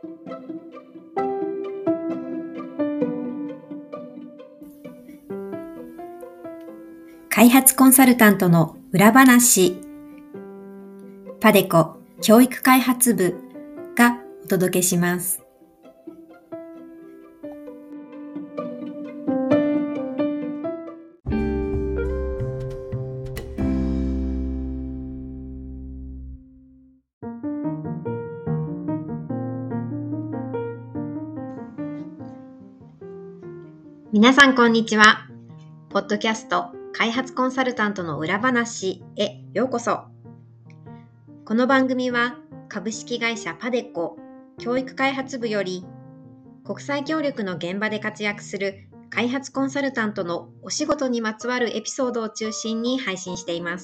開発コンサルタントの裏話、パデコ教育開発部がお届けします。皆さんこんにちは。ポッドキャスト開発コンサルタントの裏話へようこそ。この番組は株式会社パデコ教育開発部より国際協力の現場で活躍する開発コンサルタントのお仕事にまつわるエピソードを中心に配信しています。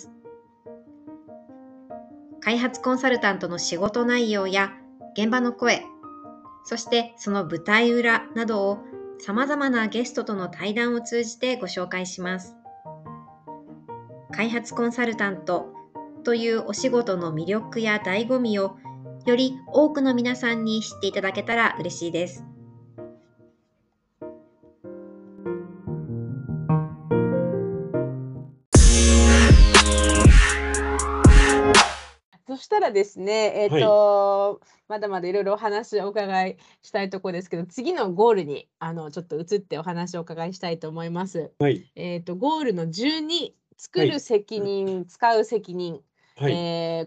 開発コンサルタントの仕事内容や現場の声、そしてその舞台裏などを様々なゲストとの対談を通じてご紹介します。開発コンサルタントというお仕事の魅力や醍醐味をより多くの皆さんに知っていただけたら嬉しいです。 そしたらですね、 はい。 まだまだいろいろお話をお伺いしたいところですけど、次のゴールにちょっと移ってお話をお伺いしたいと思います。 はい。 ゴールの12、作るはい。 責任、使う責任。 はい。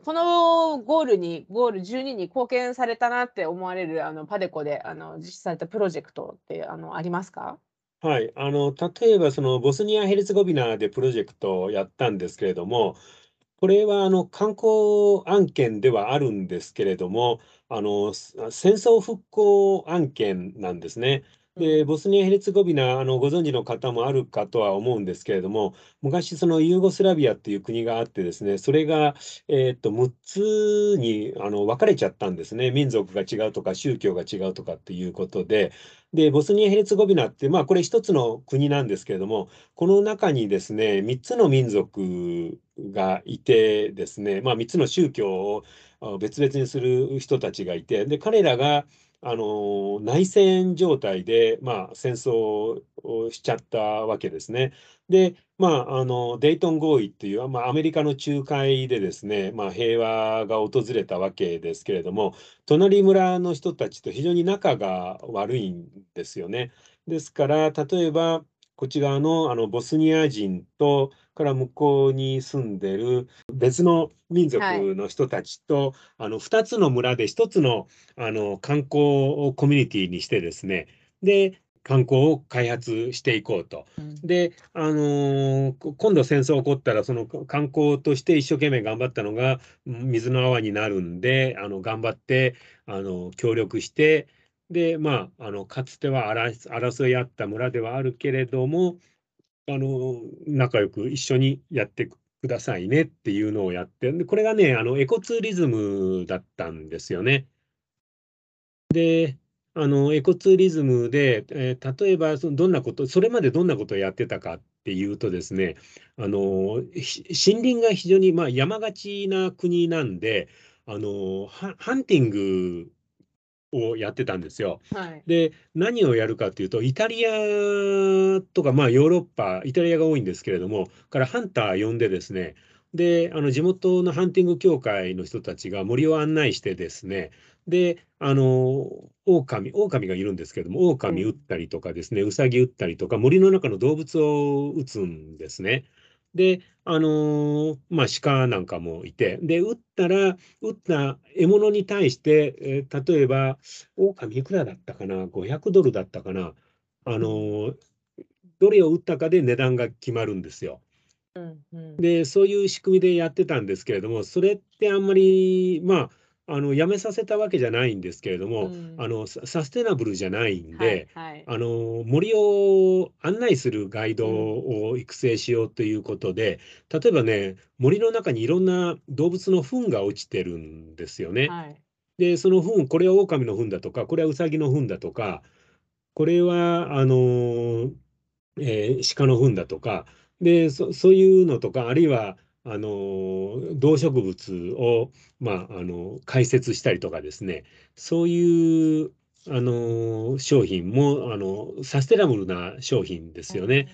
このゴール12に貢献されたなって思われるパデコで実施されたプロジェクトってありますか？ はい。例えば、ボスニア・ヘルツェゴビナでプロジェクトをやったんですけれども、これは、観光案件ではあるんですけれども、戦争復興案件なんですね。で、ボスニア・ヘルツェゴビナ、ご存知の方もあるかとは思うんですけれども、昔、ユーゴスラビアっていう国があってですね、それが、6つに、分かれちゃったんですね。民族が違うとか、宗教が違うとかっていうことで。で、ボスニア・ヘルツェゴビナって、これ一つの国なんですけれども、この中にですね、3つの民族がいてですね、3つの宗教を別々にする人たちがいて、で、彼らが内戦状態で、戦争をしちゃったわけですね。で、デイトン合意っていう、アメリカの仲介でですね、平和が訪れたわけですけれども、隣村の人たちと非常に仲が悪いんですよね。ですから、例えば、こっち側の、ボスニア人と、から向こうに住んでる別の民族の人たちと、2つの村で1つの、観光コミュニティにしてですね、で、観光を開発していこうと。で、今度戦争起こったら、その観光として一生懸命頑張ったのが水の泡になるんで、頑張って、協力して、で、かつては争いあった村ではあるけれども、仲良く一緒にやってくださいねっていうのをやって、で、これがね、エコツーリズムだったんですよね。で、エコツーリズムで、例えば、それまでどんなことをやってたかっていうとですね、森林が非常に、山がちな国なんで、ハンティングをやってたんですよ。 はい。 で、何をやるかっていうと、イタリアとか、ヨーロッパ、イタリアが多いんですけれども、からハンター呼んでですね、で、地元のハンティング協会の人たちが森を案内してですね、で、狼がいるんですけれども、狼撃ったりとかですね、ウサギ撃ったりとか、森の中の動物を撃つんですね。で、鹿なんかもいて、で、撃った獲物に対して、例えば、狼いくらだったかな、$500だったかな、あの、どれを撃ったかで値段が決まるんですよ。で、そういう仕組みでやってたんですけれども、それってあんまり、やめさせたわけじゃないんですけれども、サステナブルじゃないんはいで、 はい。 森を案内するガイドを育成しようということで、例えばね、森の中にいろんな動物の糞が落ちてるんですよね。 はい。 で、その糞、これは狼の糞だとか、これはウサギの糞だとか、これは鹿の糞だとか、で、そういうのとか、あるいは動植物を、解説したりとかですね、そういう、商品も、サステナブルな商品ですよね。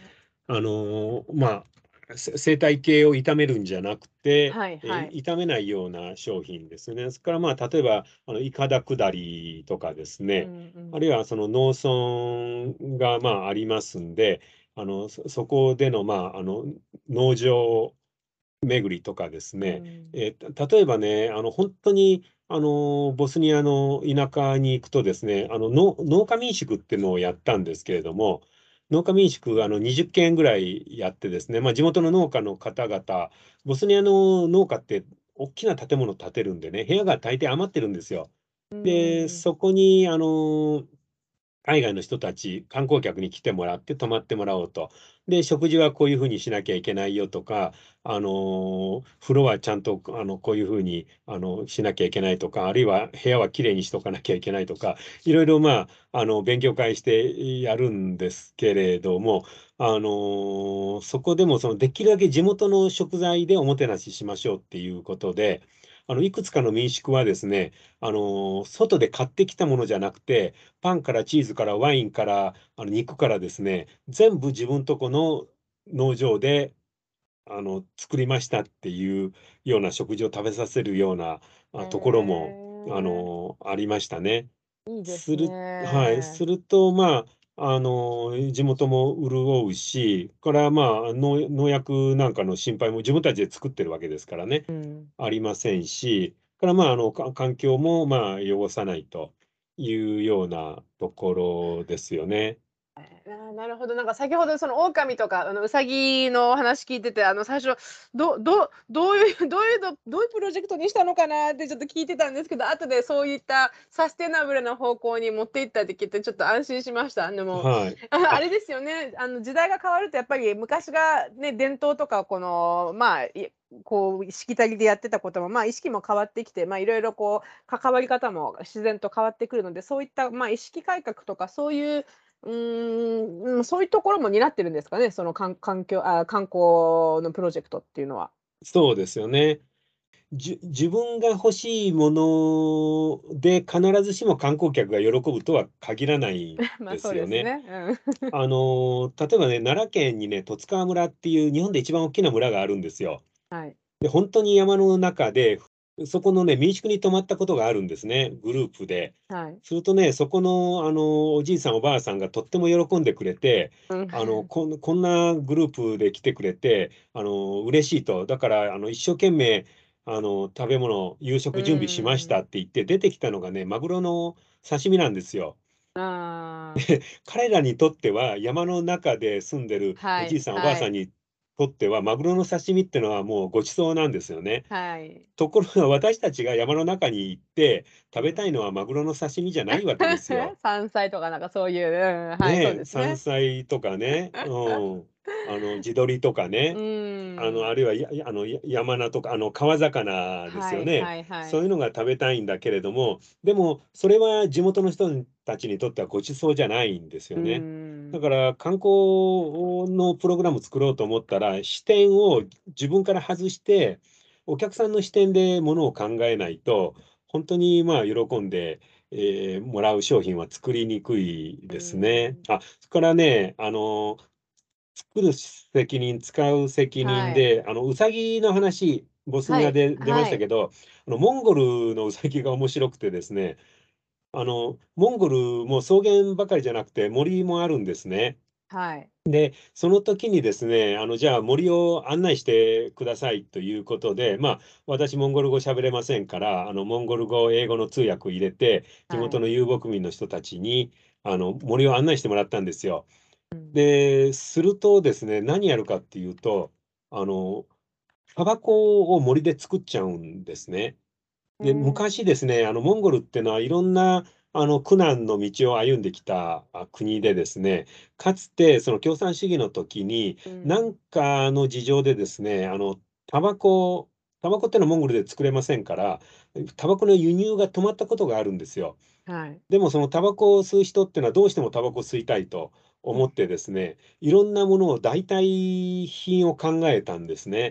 生態系を傷めるんじゃなくて、 はいはい。 傷めないような商品ですね。それから例えばいかだ下りとかですうね、あんうん。 るいはその農村がありますんで、そこでの農場巡りとかですうね、 ん。 例えばね、本当にボスニアの田舎に行くとですね、農家民宿っていうのをやったんですけれども、農家民宿20軒ぐらいやってですね、地元の農家の方々、ボスニアの農家って大きな建物建てるんでね、部屋が大抵余ってるんですよ。 うで、 ん。 そこに海外の人たち、観光客に来てもらって泊まってもらおうと。で、食事はこういうふうにしなきゃいけないよとか、風呂はちゃんとこういうふうにしなきゃいけないとか、あるいは部屋はきれいにしとかなきゃいけないとか、いろいろ勉強会してやるんですけれども、そこでもできるだけ地元の食材でおもてなししましょうっていうことで、いくつかの民宿はですね、外で買ってきたものじゃなくて、パンからチーズからワインから肉からですね、全部自分とこの農場で作りましたっていうような食事を食べさせるようなへところもえ、 ありましたね。 いいですする、はい、 ね。 すると、地元も潤うし、から農薬なんかの心配も自分たちで作ってるわけですからね、 うん。 ありませんし、から環境も汚さないというようなところですよね。 なるほど。なんか先ほどその狼とか、ウサギの話聞いてて、最初、どういうどういうプロジェクトにしたのかなってちょっと聞いてたんですけど、後でそういったサステナブルな方向に持っていったって聞いてちょっと安心しました。でも、 はい。 あれですよね、時代が変わるとやっぱり昔がね、伝統とかこの、こう、しきたりでやってたことも、意識も変わってきて、いろいろこう関わり方も自然と変わってくるので、そういった、意識改革とかそういうそういうところも担ってるんですかね、その観光のプロジェクトっていうのは。 そうですよね。自分が欲しいもので必ずしも観光客が喜ぶとは限らないんでそうすよね。 ですね。うん。 例えばね、奈良県にね、十津川村っていう日本で一番大きな村があるんですよ。 はい。 で、本当に山の中で、そこのね、民宿に泊まったことがあるんですね、グループで。 はい。 するとね、そこの、おじいさん、おばあさんがとっても喜んでくれて、 うん。 こんなグループで来てくれて、嬉しいと。だから、一生懸命、食べ物、夕う食準備しましたん。 って言って、出てきたのがね、マグロの刺身なんですよ。 ああ。 彼らにとっては、山の中で住んでるおはいじいさん、おばあはい。 さんにとっては、マグロの刺身ってのはもうごちそうなんですよね。 はい。 ところが私たちが山の中に行って食べうん。 たいのはマグロの刺身じゃないわけですよ。 山菜とかなんかそういう、はい、そうねえ、 ですね。 山菜とかね、地鶏とかうね、 ーん。 あるいは山菜とか、川魚ですはいよね。 はいはい。 そういうのが食べたいんだけれども、でも、それは地元の人たちにとってはご馳走じゃないんですうーよね。だかん。 ら、観光のプログラム作ろうと思ったら、視点を自分から外して、お客さんの視点でものを考えないと、本当に喜んで、もらう商品は作りにくいうーですね。 ん。 あ、それからね、作る責任、使う責任はい。 で、ウサギの話、ボスニアはいで出まはいしたけど、モンゴルのウサギが面白くてですね、モンゴルも草原ばかりじゃなくて森もあるんですね。 はい。 で、その時にですね、じゃあ森を案内してくださいということで、私、モンゴル語喋れませんから、モンゴル語、英語の通訳を入れて、地はい。 元の遊牧民の人たちに、森を案内してもらったんですよ。 うん。 で、するとですね、何やるかっていうと、あの、タバコを森で作っちゃうんですね。で、 へえ。 昔ですね、モンゴルってのはいろんな、苦難の道を歩んできた国でですね、かつてその共産主義の時に、 うん。 なんかの事情でですね、タバコ、タバコってのはモンゴルで作れませんから、タバコの輸入が止まったことがあるんですよ。 はい。 でもそのタバコを吸う人っていうのはどうしてもタバコを吸いたいとうん。 思ってですね、いろんなものを代替品を考えたんですね。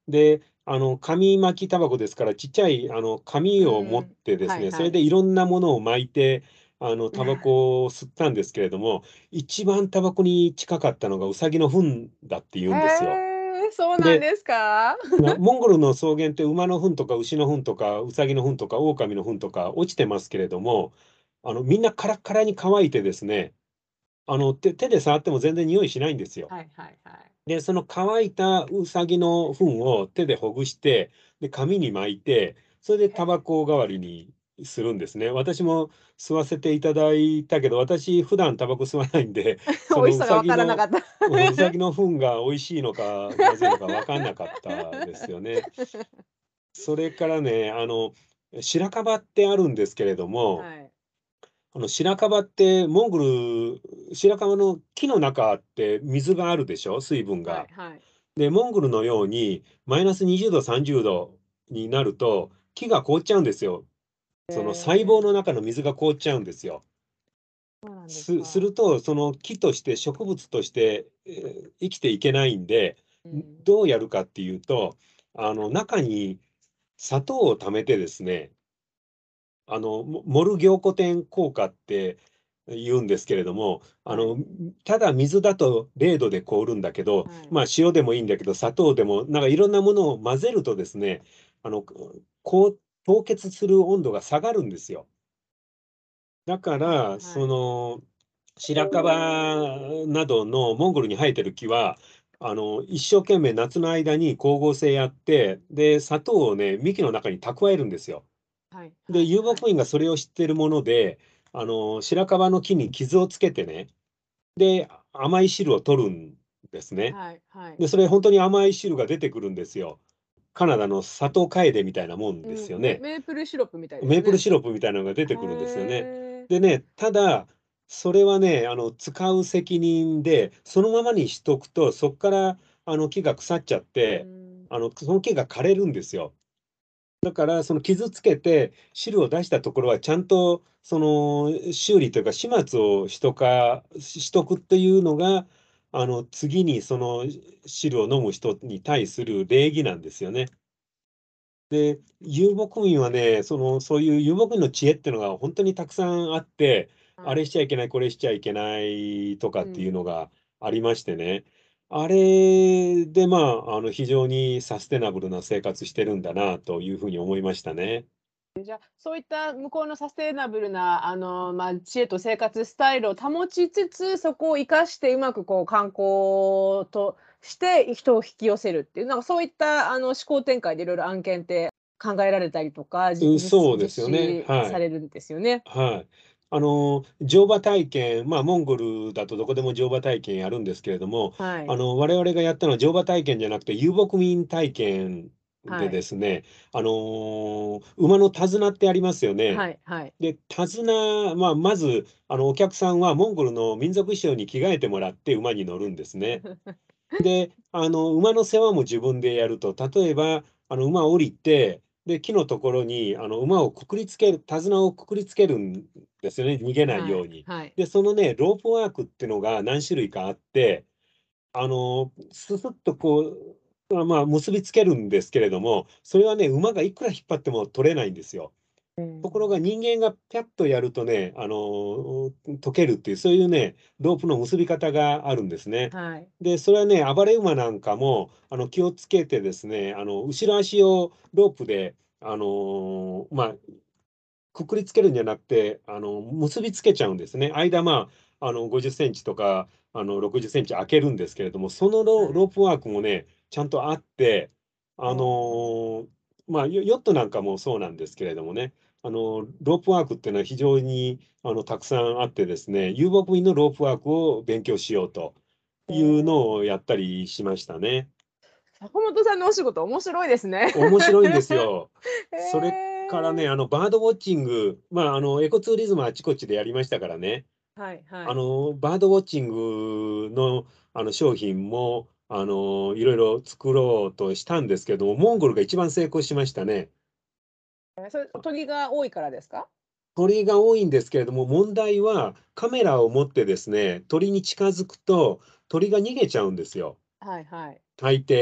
で、紙巻きタバコですから、ちっちゃい紙を持っん。 てですね、そはいはい。 れでいろんなものを巻いて、タバコを吸ったんですけれども、一番タバコに近かったのがウサギの糞だって言うんですよ。 へえ、そうなんで、 ですか？ モンゴルの草原って馬の糞とか牛の糞とかウサギの糞とか狼の糞とか落ちてますけれども、みんなカラッカラに乾いてですね、手で触っても全然匂いしないんですよ。 はいはいはい。 で、その乾いたウサギの糞を手でほぐして、で、紙に巻いて、それでタバコ代わりにするんですね。私も吸わせていただいたけど、私普段タバコ吸わないんで、そのウ美味しさがわサギの、 からなかった。 ウサギの糞が美味しいのかまずいのか分かんなかったですよね。それからね、白樺ってあるんですけれども、 はい。 白樺ってモンゴル、白樺の木の中って水があるでしょ、水分が。 はいはい。 で、モンゴルのようにマイナス20度、30度になると木が凍っちゃうんですよ。その細胞の中の水が凍っちゃうんですよ。 そうなんですすか。 ると、その木として植物として、生きていけないんで、 うん。 どうやるかっていうと、中に砂糖を貯めてですね、モル凝固点効果って言うんですけれども、 はい。 ただ水だと0度で凍るんだけど、 はい。 まあ塩でもいいんだけど、砂糖でも、なんかいろんなものを混ぜるとですね、こう、凍結する温度が下がるんですよ。だかはいら、 はい。 白樺などのモンゴルに生えてる木は、一生懸命夏の間に光合成やって、で、砂糖をね、幹の中に蓄えるんですよ。 はいで、 はいはい。 遊牧民がそれを知ってるもので、白樺の木に傷をつけてね、で、甘い汁を取るんですね。 はいはい。 で、それ本当に甘い汁が出てくるんですよ。カナダの砂糖カエデみたいなもんうん、 ですよね。 メープルシロップみたいですね。 メープルシロップみたいなのが出てくるんですよへね。 え。 でね、ただ、それはね、使う責任で、そのままにしとくと、そこから木が腐っちゃっうて、 ん。 その木が枯れるんですよ。だから、その傷つけて汁を出したところは、ちゃんとその修理というか、始末をしとくっていうのが、次にその汁を飲む人に対する礼儀なんですよね。で、遊牧民はね、そういう遊牧民の知恵っていうのが本当にたくさんあって、あはい。 れしちゃいけない、これしちゃいけないとかっていうのうん。 がありましてね。あれで、まあ、非常にサステナブルな生活してるんだなというふうに思いましたね。 じゃあ、そういった向こうのサステナブルな、知恵と生活スタイルを保ちつつ、そこを生かしてうまくこう観光として人を引き寄せるっていう、なんかそういった思考展開でいろいろ案件って考えられたりとか、 そう実ですよね。 施はい。 されるんですよね。 はい。乗馬体験、まあ、モンゴルだとどこでも乗馬体験やるんですけれども、 はい。 我々がやったのは乗馬体験じゃなくて、遊牧民体験ではい。 ですね、馬の手綱ってありますよね。 はいはい。 で、手綱、まあ、まず、お客さんはモンゴルの民族衣装に着替えてもらって馬に乗るんですね。で、馬の世話も自分でやると、例えば、馬を降りて、で、木のところに、馬をくくりつける、手綱をくくりつけるんですよね、逃げないはいように。 はい。 で、そのね、ロープワークっていうのが何種類かあって、ススッとこう、まあ、結びつけるんですけれども、それはね、馬がいくら引っ張っても取れないんですよ。 うん。 ところが人間がピャッとやるとね、溶けるっていう、そういうね、ロープの結び方があるんですね。 はい。 で、それはね、暴れ馬なんかも、気をつけてですね、後ろ足をロープで、まあ、くくりつけるんじゃなくて、結びつけちゃうんですね。間、まあ、50センチとか、60センチ開けるんですけれども、そのローはい。 プワークもね、ちゃんとあって、あのおーまあ、ヨットなんかもそうなんですけれどもね、ロープワークっていうのは非常にたくさんあってですね、遊牧民のロープワークを勉強しようというのをやったりしましたね。 坂本さんのお仕事面白いですね。 面白いんですよ。 へそれからね、 え。 バードウォッチング、まあ、エコツーリズムあちこちでやりましたからね、 はいはい。 バードウォッチングの、商品も、いろいろ作ろうとしたんですけども、モンゴルが一番成功しましたね。 それ、鳥が多いからですか？ 鳥が多いんですけれども、問題はカメラを持ってですね、鳥に近づくと、鳥が逃げちゃうんですよ、 はいはい。 大抵。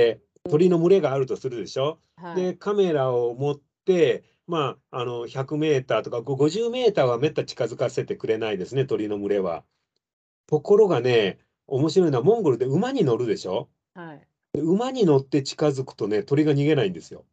鳥の群れがあるとするでしょ。 はい。 で、カメラを持って、100メーターとか50メーターはめった近づかせてくれないですね、鳥の群れは。ところがね、面白いのはモンゴルで馬に乗るでしょ。 はい。 で馬に乗って近づくとね、鳥が逃げないんですよ。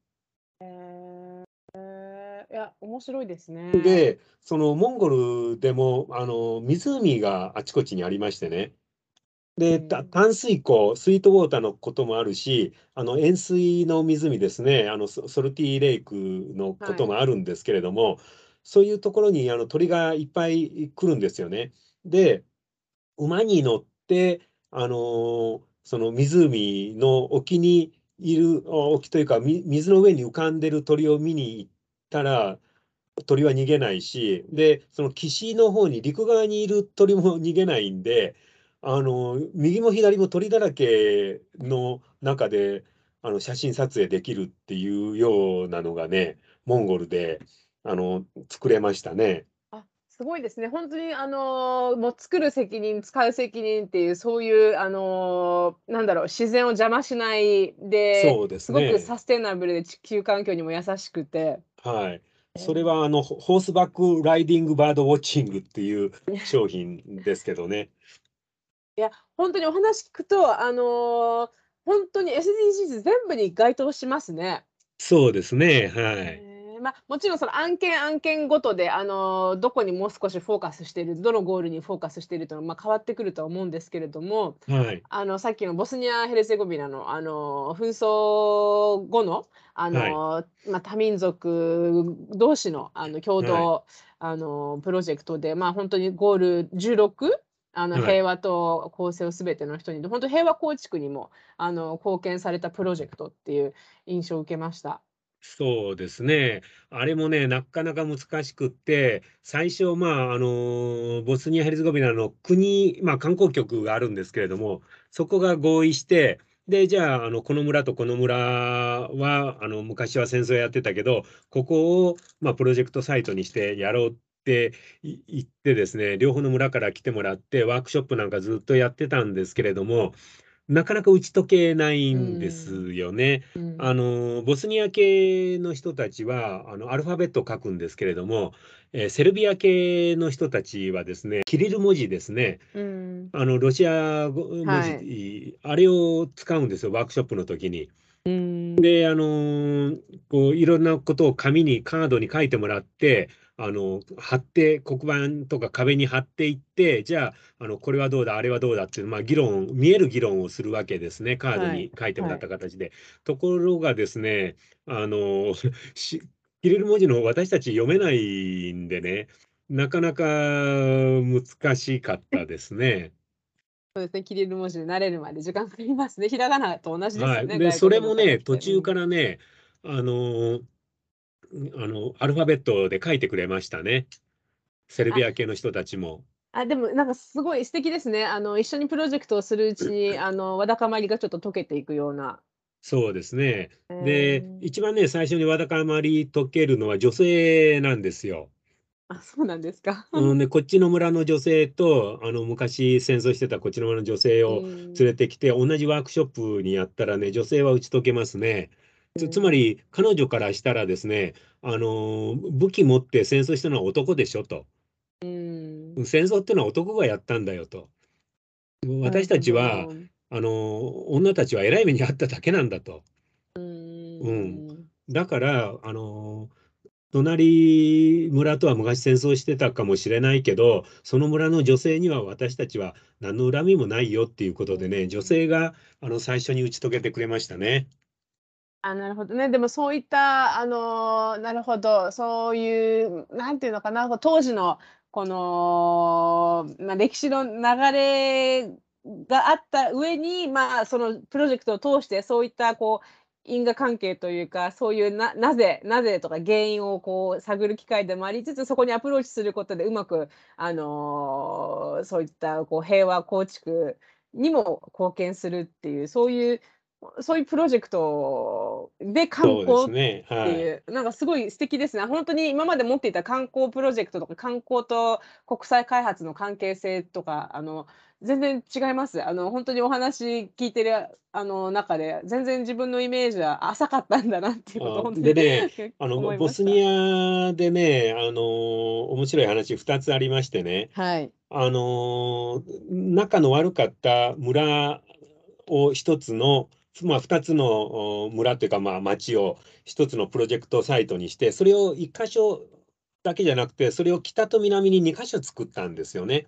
いや、面白いですね。 で、そのモンゴルでも、湖があちこちにありましてね。で、淡水湖、スイートウォーターのこともあるし、塩水の湖ですね、ソルティレイクのこともあるんですけれども、そういうところに鳥がいっぱい来るんですよね。で、馬に乗って、その湖の沖にいる、沖というか、水の上に浮かんでる鳥を見に行ったら、鳥は逃げないし、で、その岸の方に陸側にいる鳥も逃げないんで、右も左も鳥だらけの中で、写真撮影できるっていうようなのがね、モンゴルで、作れましたね。 あ、すごいですね。本当にもう作る責任、使う責任っていう、そういうなんだろう、自然を邪魔しない、で、 そうですすごくね。 サステナブルで地球環境にも優しくて。 はい。それえは、ホースバックライディングバードウォッチングっていう商品ですけどね。 いや、本当にお話聞くと、本当に SDGs 全部に該当しますね。 そうですね。はい。 もちろんその案件案件ごとで、どこにもう少しフォーカスしている、どのゴールにフォーカスしているというのは、変わってくるとは思うんですけれども、 はい。 さっきのボスニア・ヘルツェゴビナの、紛争後の、 はい。 多民族同士の、共はい。 同、プロジェクトで、本当にゴール16、 はい。 平和と公正をすべての人に、本当平和構築にも、貢献されたプロジェクトっていう印象を受けました。 そうですね。あれもね、なかなか難しくって、最初、ボスニア・ヘルツェゴビナの国、観光局があるんですけれども、そこが合意して、で、じゃあ、この村とこの村は、昔は戦争やってたけど、ここを、プロジェクトサイトにしてやろうって言ってですね、両方の村から来てもらって、ワークショップなんかずっとやってたんですけれども、なかなか打ち解けないうんでん。 すよね。 うん。 ボスニア系の人たちは、アルファベットを書くんですけれども、セルビア系の人たちはですね、キリル文字ですね、 うん。 ロシア語文はい。 字、あれを使うんですよ、ワークショップの時に。 うん。 で、いろんなことを紙に、カードに書いてもらって、貼って、黒板とか壁に貼っていって、じゃあ、これはどうだ、あれはどうだっていう、見える議論をするわけですね、カードはい。 に書いてもらっはい。 た形で。ところがですね、あの、しキリル文字の私たち読めないんでね、なかなか難しかったですね。 そうですね、キリル文字に慣れるまで時間かかりますね。ひらがなと同じですはい。 よね、 で、それ外国のもね、 方来て。う途中かん。 らね、あの、アルファベットで書いてくれましたね。セルあ、 ビア系の人たちも。 でもなんかすごい素敵ですね。一緒にプロジェクトをするうちに、わだかまりがちょっと溶けていくような。 そうですね。 えで、 ー、 一番ね、最初にわだかまり解けるのは女性なんですよ。 そうなんですか。 で、こっちの村の女性と、昔戦争してたこっちの村の女性うを連れん。 てきて、同じワークショップにやったらね、女性は打ち解けますね。つまうん。 り、彼女からしたらですね、武器持って戦争したのは男でしょと。 うん。 戦争ってのは男がやったんだよと。私たなるほちは、 ど。 女たちは偉い目に遭っただけなんだと。 ううん。 ん。 だから、隣村とは昔戦争してたかもしれないけど、その村の女性には私たちは何の恨みもないよっていうこうとでね、女ん。 性が最初に打ち解けてくれましたね。 なるほどね。でもそういった、なるほど、そういう、なんていうのかな、当時のこの、歴史の流れがあった上に、そのプロジェクトを通してそういった因果関係というか、そういうなぜとか原因を探る機会でもありつつ、そこにアプローチすることでうまく、そういった平和構築にも貢献するっていう、そういうそういうプロジェクトで観そうです光っね。 てはい。 いう、なんかすごい素敵ですね。本当に今まで持っていた観光プロジェクトとか、観光と国際開発の関係性とか、全然違います。本当にお話聞いてる、中で、全然自分のイメージは浅かったんだなっていうことを本当にでね、 思いボスニました。 アでね、面白い話2つありましてね、 はい。 仲の悪かった村を一つの、まあ、2つの村というか、まあ、町を一つのプロジェクトサイトにして、それを1箇所だけじゃなくて、それを北と南に2箇所作ったんですよね。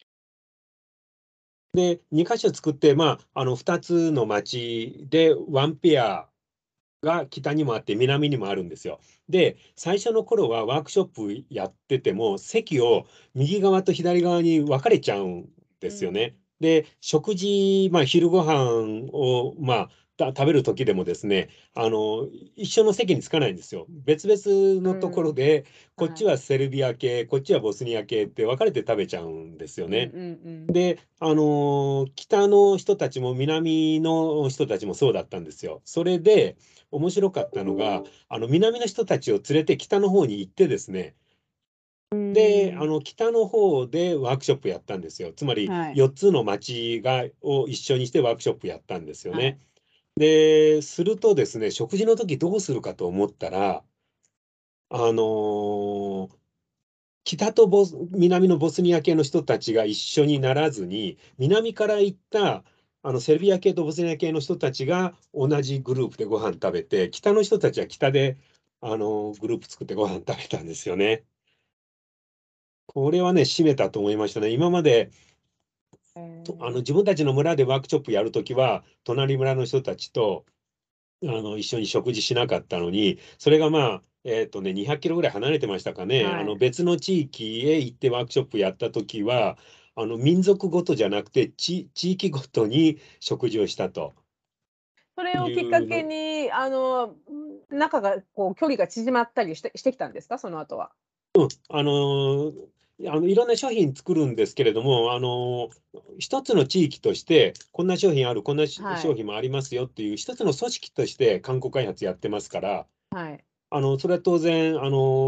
で、2箇所作って、まあ、2つの町でワンペアが北にもあって南にもあるんですよ。で、最初の頃はワークショップやってても席を右側と左側に分かれちゃうんでうん。 すよね。で、食事、まあ、昼ご飯を、まあ、食べる時でもですね、一緒の席につかないんですよ。別々 うのところん。 で、こっちはい。 はセルビア系、こっちはボスニア系って分かれて食べちゃうんですよね。 うんうんうん。 で、北の人たちも南の人たちもそうだったんですよ。それで面白かったのが、南の人たちを連れて北の方に行ってですね、 うで、 ん。 北の方でワークショップやったんですよ。つまりはい。 4つの町を一緒にしてワークショップやったんですよね。 はい。 で、するとですね、食事の時どうするかと思ったら、あのー北と南のボスニア系の人たちが一緒にならずに、南から行ったセルビア系とボスニア系の人たちが同じグループでご飯食べて、北の人たちは北でグループ作ってご飯食べたんですよね。これはね、締めたと思いましたね。今までえー自分たちの村でワークショップやるときは、隣村の人たちと一緒に食事しなかったのに、それがまあ、200キロぐらい離れてましたかね。 はい。 別の地域へ行ってワークショップやったときは、民族ごとじゃなくて、地域ごとに食事をしたとそれいをきっかうの。 けに、仲がこう距離が縮まったりしてきたんですか？その後は。 あのいろんな商品作るんですけれども、一つの地域として、こんな商品ある、こんなはい。 商品もありますよっていう、一つの組織として観光開発やってますから、 はい。 それは当然、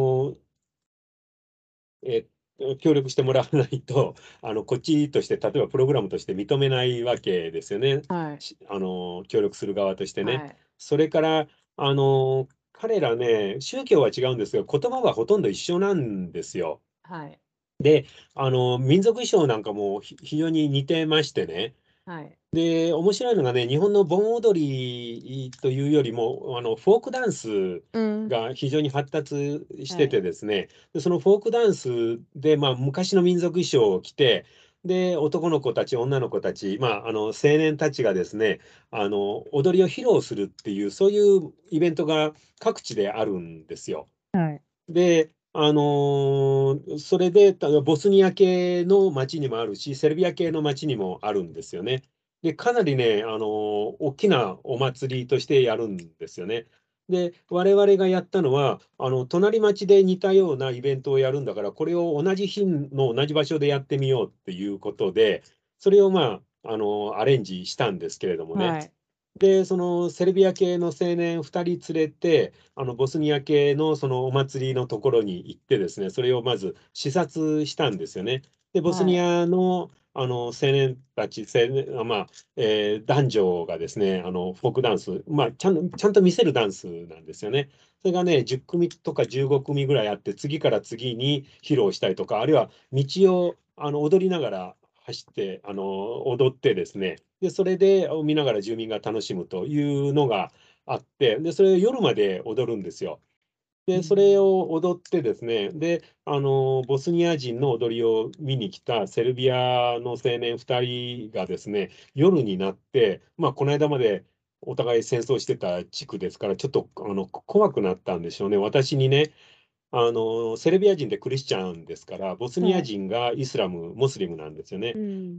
え協力してもらわないと、こっちとして、例えばプログラムとして認めないわけですよね。 はい。 協力する側としてね。 はい。 それから、彼らね、宗教は違うんですが、言葉はほとんど一緒なんですよ。 はい。 で、民族衣装なんかも非常に似てましてね。 はい。 で、面白いのがね、日本の盆踊りというよりも、フォークダンスうん。 が非常に発達しててはい。 ですね、で、そのフォークダンスで、まあ、昔の民族衣装を着て、で、男の子たち、女の子たち、まあ、青年たちがですね、踊りを披露するっていう、そういうイベントが各地であるんですよ。 はい。 で、それで、ボスニア系の町にもあるし、セルビア系の町にもあるんですよね。で、かなりね、大きなお祭りとしてやるんですよね。で、我々がやったのは、隣町で似たようなイベントをやるんだから、これを同じ日の同じ場所でやってみようっていうことで、それをまあ、アレンジしたんですけれどもね。 はい。 で、そのセルビア系の青年2人連れて、ボスニア系のそのお祭りのところに行ってですね、それをまず視察したんですよね。で、ボスニはい。 アの、青年たち、まあ、男女がですね、フォークダンス、まあ、ちゃんと見せるダンスなんですよね。それがね、10組とか15組ぐらいあって、次から次に披露したりとか、あるいは道を踊りながら走って、踊ってですね、で、それで見ながら住民が楽しむというのがあって、で、それを夜まで踊るんですよ。で、それうん。 を踊ってですね、で、ボスニア人の踊りを見に来たセルビアの青年2人がですね、夜になって、まあ、この間までお互い戦争してた地区ですから、ちょっと怖くなったんでしょうね。私にね、セルビア人でクリスチャンですから、ボスニアはい。 人がイスラム、モスリムなんですよね。 うん。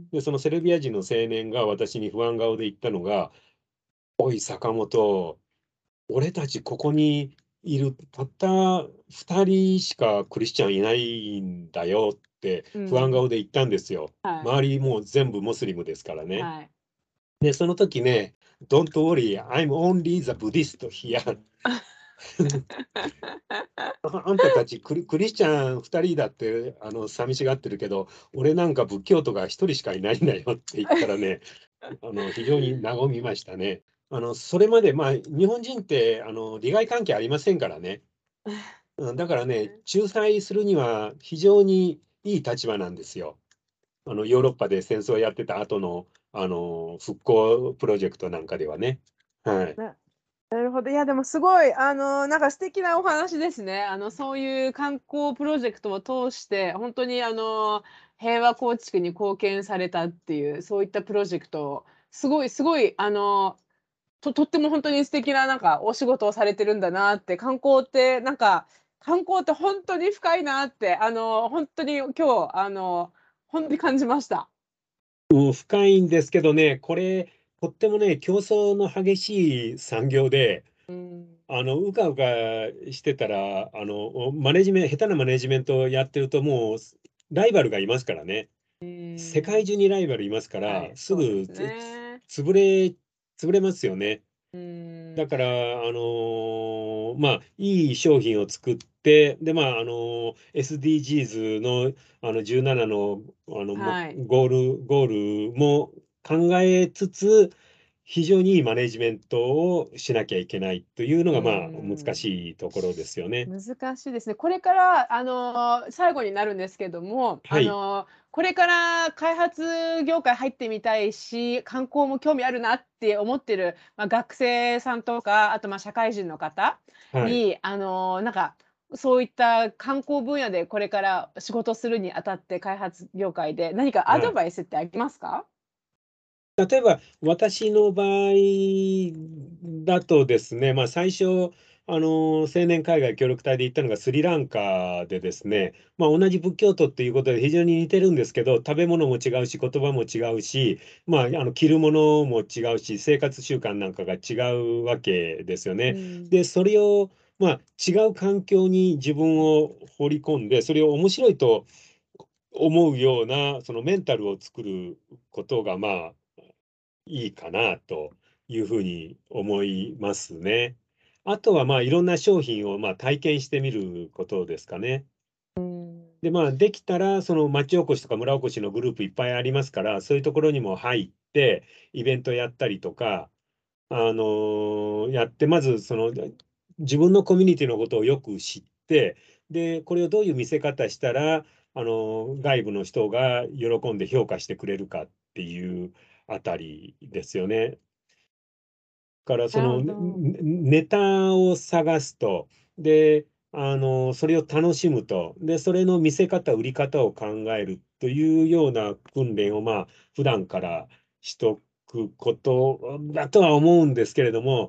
で、そのセルビア人の青年が私に不安顔で言ったのが、おい、坂本、俺たちここにいるたった2人しかクリスチャンいないんだよって不安うん。 顔で言ったんですよ。 はい。 周りもう全部モスリムですからね。 はい。 で、その時ね、Don't worry, I'm only the Buddhist here. あんたたちクリスチャン2人だって寂しがってるけど、俺なんか仏教徒が1人しかいないんだよって言ったらね、非常に和みましたね。それまで、日本人って利害関係ありませんからね。だからね、仲裁するには非常にいい立場なんですよ。ヨーロッパで戦争をやってた後の、復興プロジェクトなんかではね。はい。 なるほど。いや、でもすごい、なんか素敵なお話ですね。そういう観光プロジェクトを通して、本当に平和構築に貢献されたっていう、そういったプロジェクトを、すごいすごい、とっても本当に素敵ななんかお仕事をされてるんだなって、観光って本当に深いなって、本当に今日、本当に感じました。 深いんですけどね、これ、とってもね、競争の激しい産業で、 うん。 うかうかしてたら、下手なマネジメントをやってると、もう、ライバルがいますからね。 う世界ん。 中にライバルいますから、 はい、 すぐそうですね。 潰れますよね。 うん。 だから、いい商品を作って、で、SDGs の、17の、 はい。 ゴールも考えつつ、非常にいいマネジメントをしなきゃいけないというのうが、難ん。 しいところですよね。 難しいですね。これから、最後になるんですけども、 はい。 これから開発業界入ってみたいし、観光も興味あるなって思ってる、学生さんとか、あと、社会人の方はい。 に、そういった観光分野でこれから仕事するにあたって、開発業界で何かアはい。 ドバイスってありますか？ 例えば、私の場合だとですね、最初、青年海外協力隊で行ったのがスリランカでですね、同じ仏教徒っていうことで非常に似てるんですけど、食べ物も違うし、言葉も違うし、着るものも違うし、生活習慣なんかが違うわけですよね。 うん。 で、それを、違う環境に自分を放り込んで、それを面白いと思うような、そのメンタルを作ることが、いいかなというふうに思いますね。あとは、いろんな商品を、体験してみることですかね。 うん。 で、できたら、その町おこしとか村おこしのグループいっぱいありますから、そういうところにも入って、イベントやったりとか、やって、まず、自分のコミュニティのことをよく知って、で、これをどういう見せ方したら、外部の人が喜んで評価してくれるかっていうあたりですよね。からそなるのほど。 ネタを探すと、で、それを楽しむと、で、それの見せ方、売り方を考えるというような訓練を、普段からしとくことだとは思うんですけれども、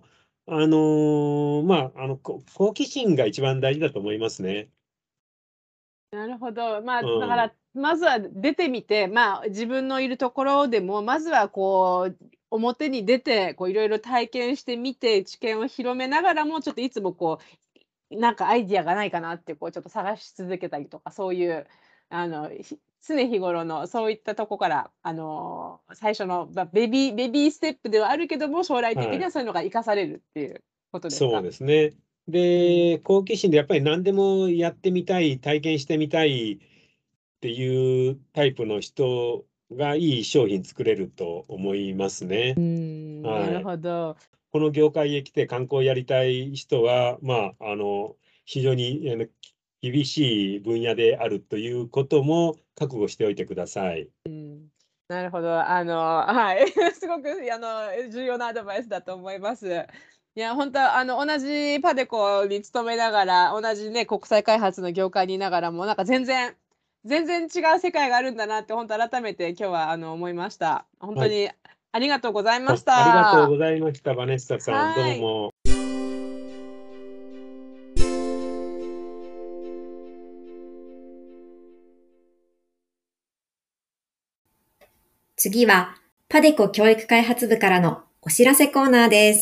好奇心が一番大事だと思いますね。 なるほど。 うだかん。 ら、まずは出てみて、自分のいるところでも、まずはこう、表に出て、こういろいろ体験してみて、知見を広めながらも、ちょっといつもこう、なんかアイディアがないかなって、こうちょっと探し続けたりとか、そういう、常日頃のそういったとこから、最初の、ベビーステップではあるけども、将来的はい。 にはそういうのが活かされるっていうことですそうか？ ですね。 うん。 で、好奇心でやっぱり何でもやってみたい、体験してみたいっていうタイプの人がいい商品作れると思いますね。 なるはい。 ほど。 この業界へ来て観光やりたい人は、非常に厳しい分野であるということも覚悟しておいてください。 なるほど。はい。すごく、重要なアドバイスだと思います。いや、本当同じパデコに勤めながら、同じね、国際開発の業界にいながらも、なんか全然違う世界があるんだなって、本当改めて今日は、思いました。本はい。 当にありがとうございましありがとうごた。 ざいました、バネッサさん。どはい。 うも。 次は、パデコ教育開発部からのお知らせコーナーです。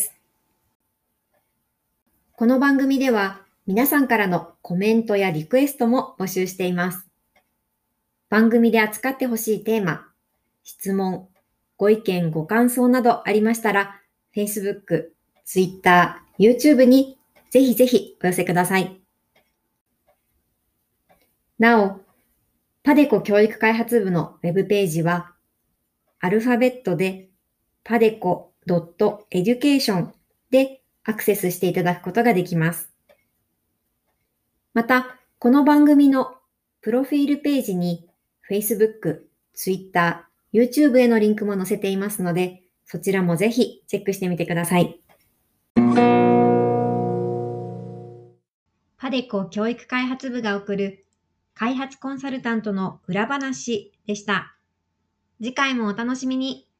この番組では、皆さんからのコメントやリクエストも募集しています。番組で扱ってほしいテーマ、質問、 ご意見、ご感想などありましたら、Facebook、Twitter、YouTube にぜひぜひお寄せください。なお、パデコ教育開発部のウェブページは、アルファベットで padeco.education でアクセスしていただくことができます。また、この番組のプロフィールページに Facebook、Twitter、YouTube へのリンクも載せていますので、そちらもぜひチェックしてみてください。パデコ教育開発部が送る開発コンサルタントの裏話でした。次回もお楽しみに。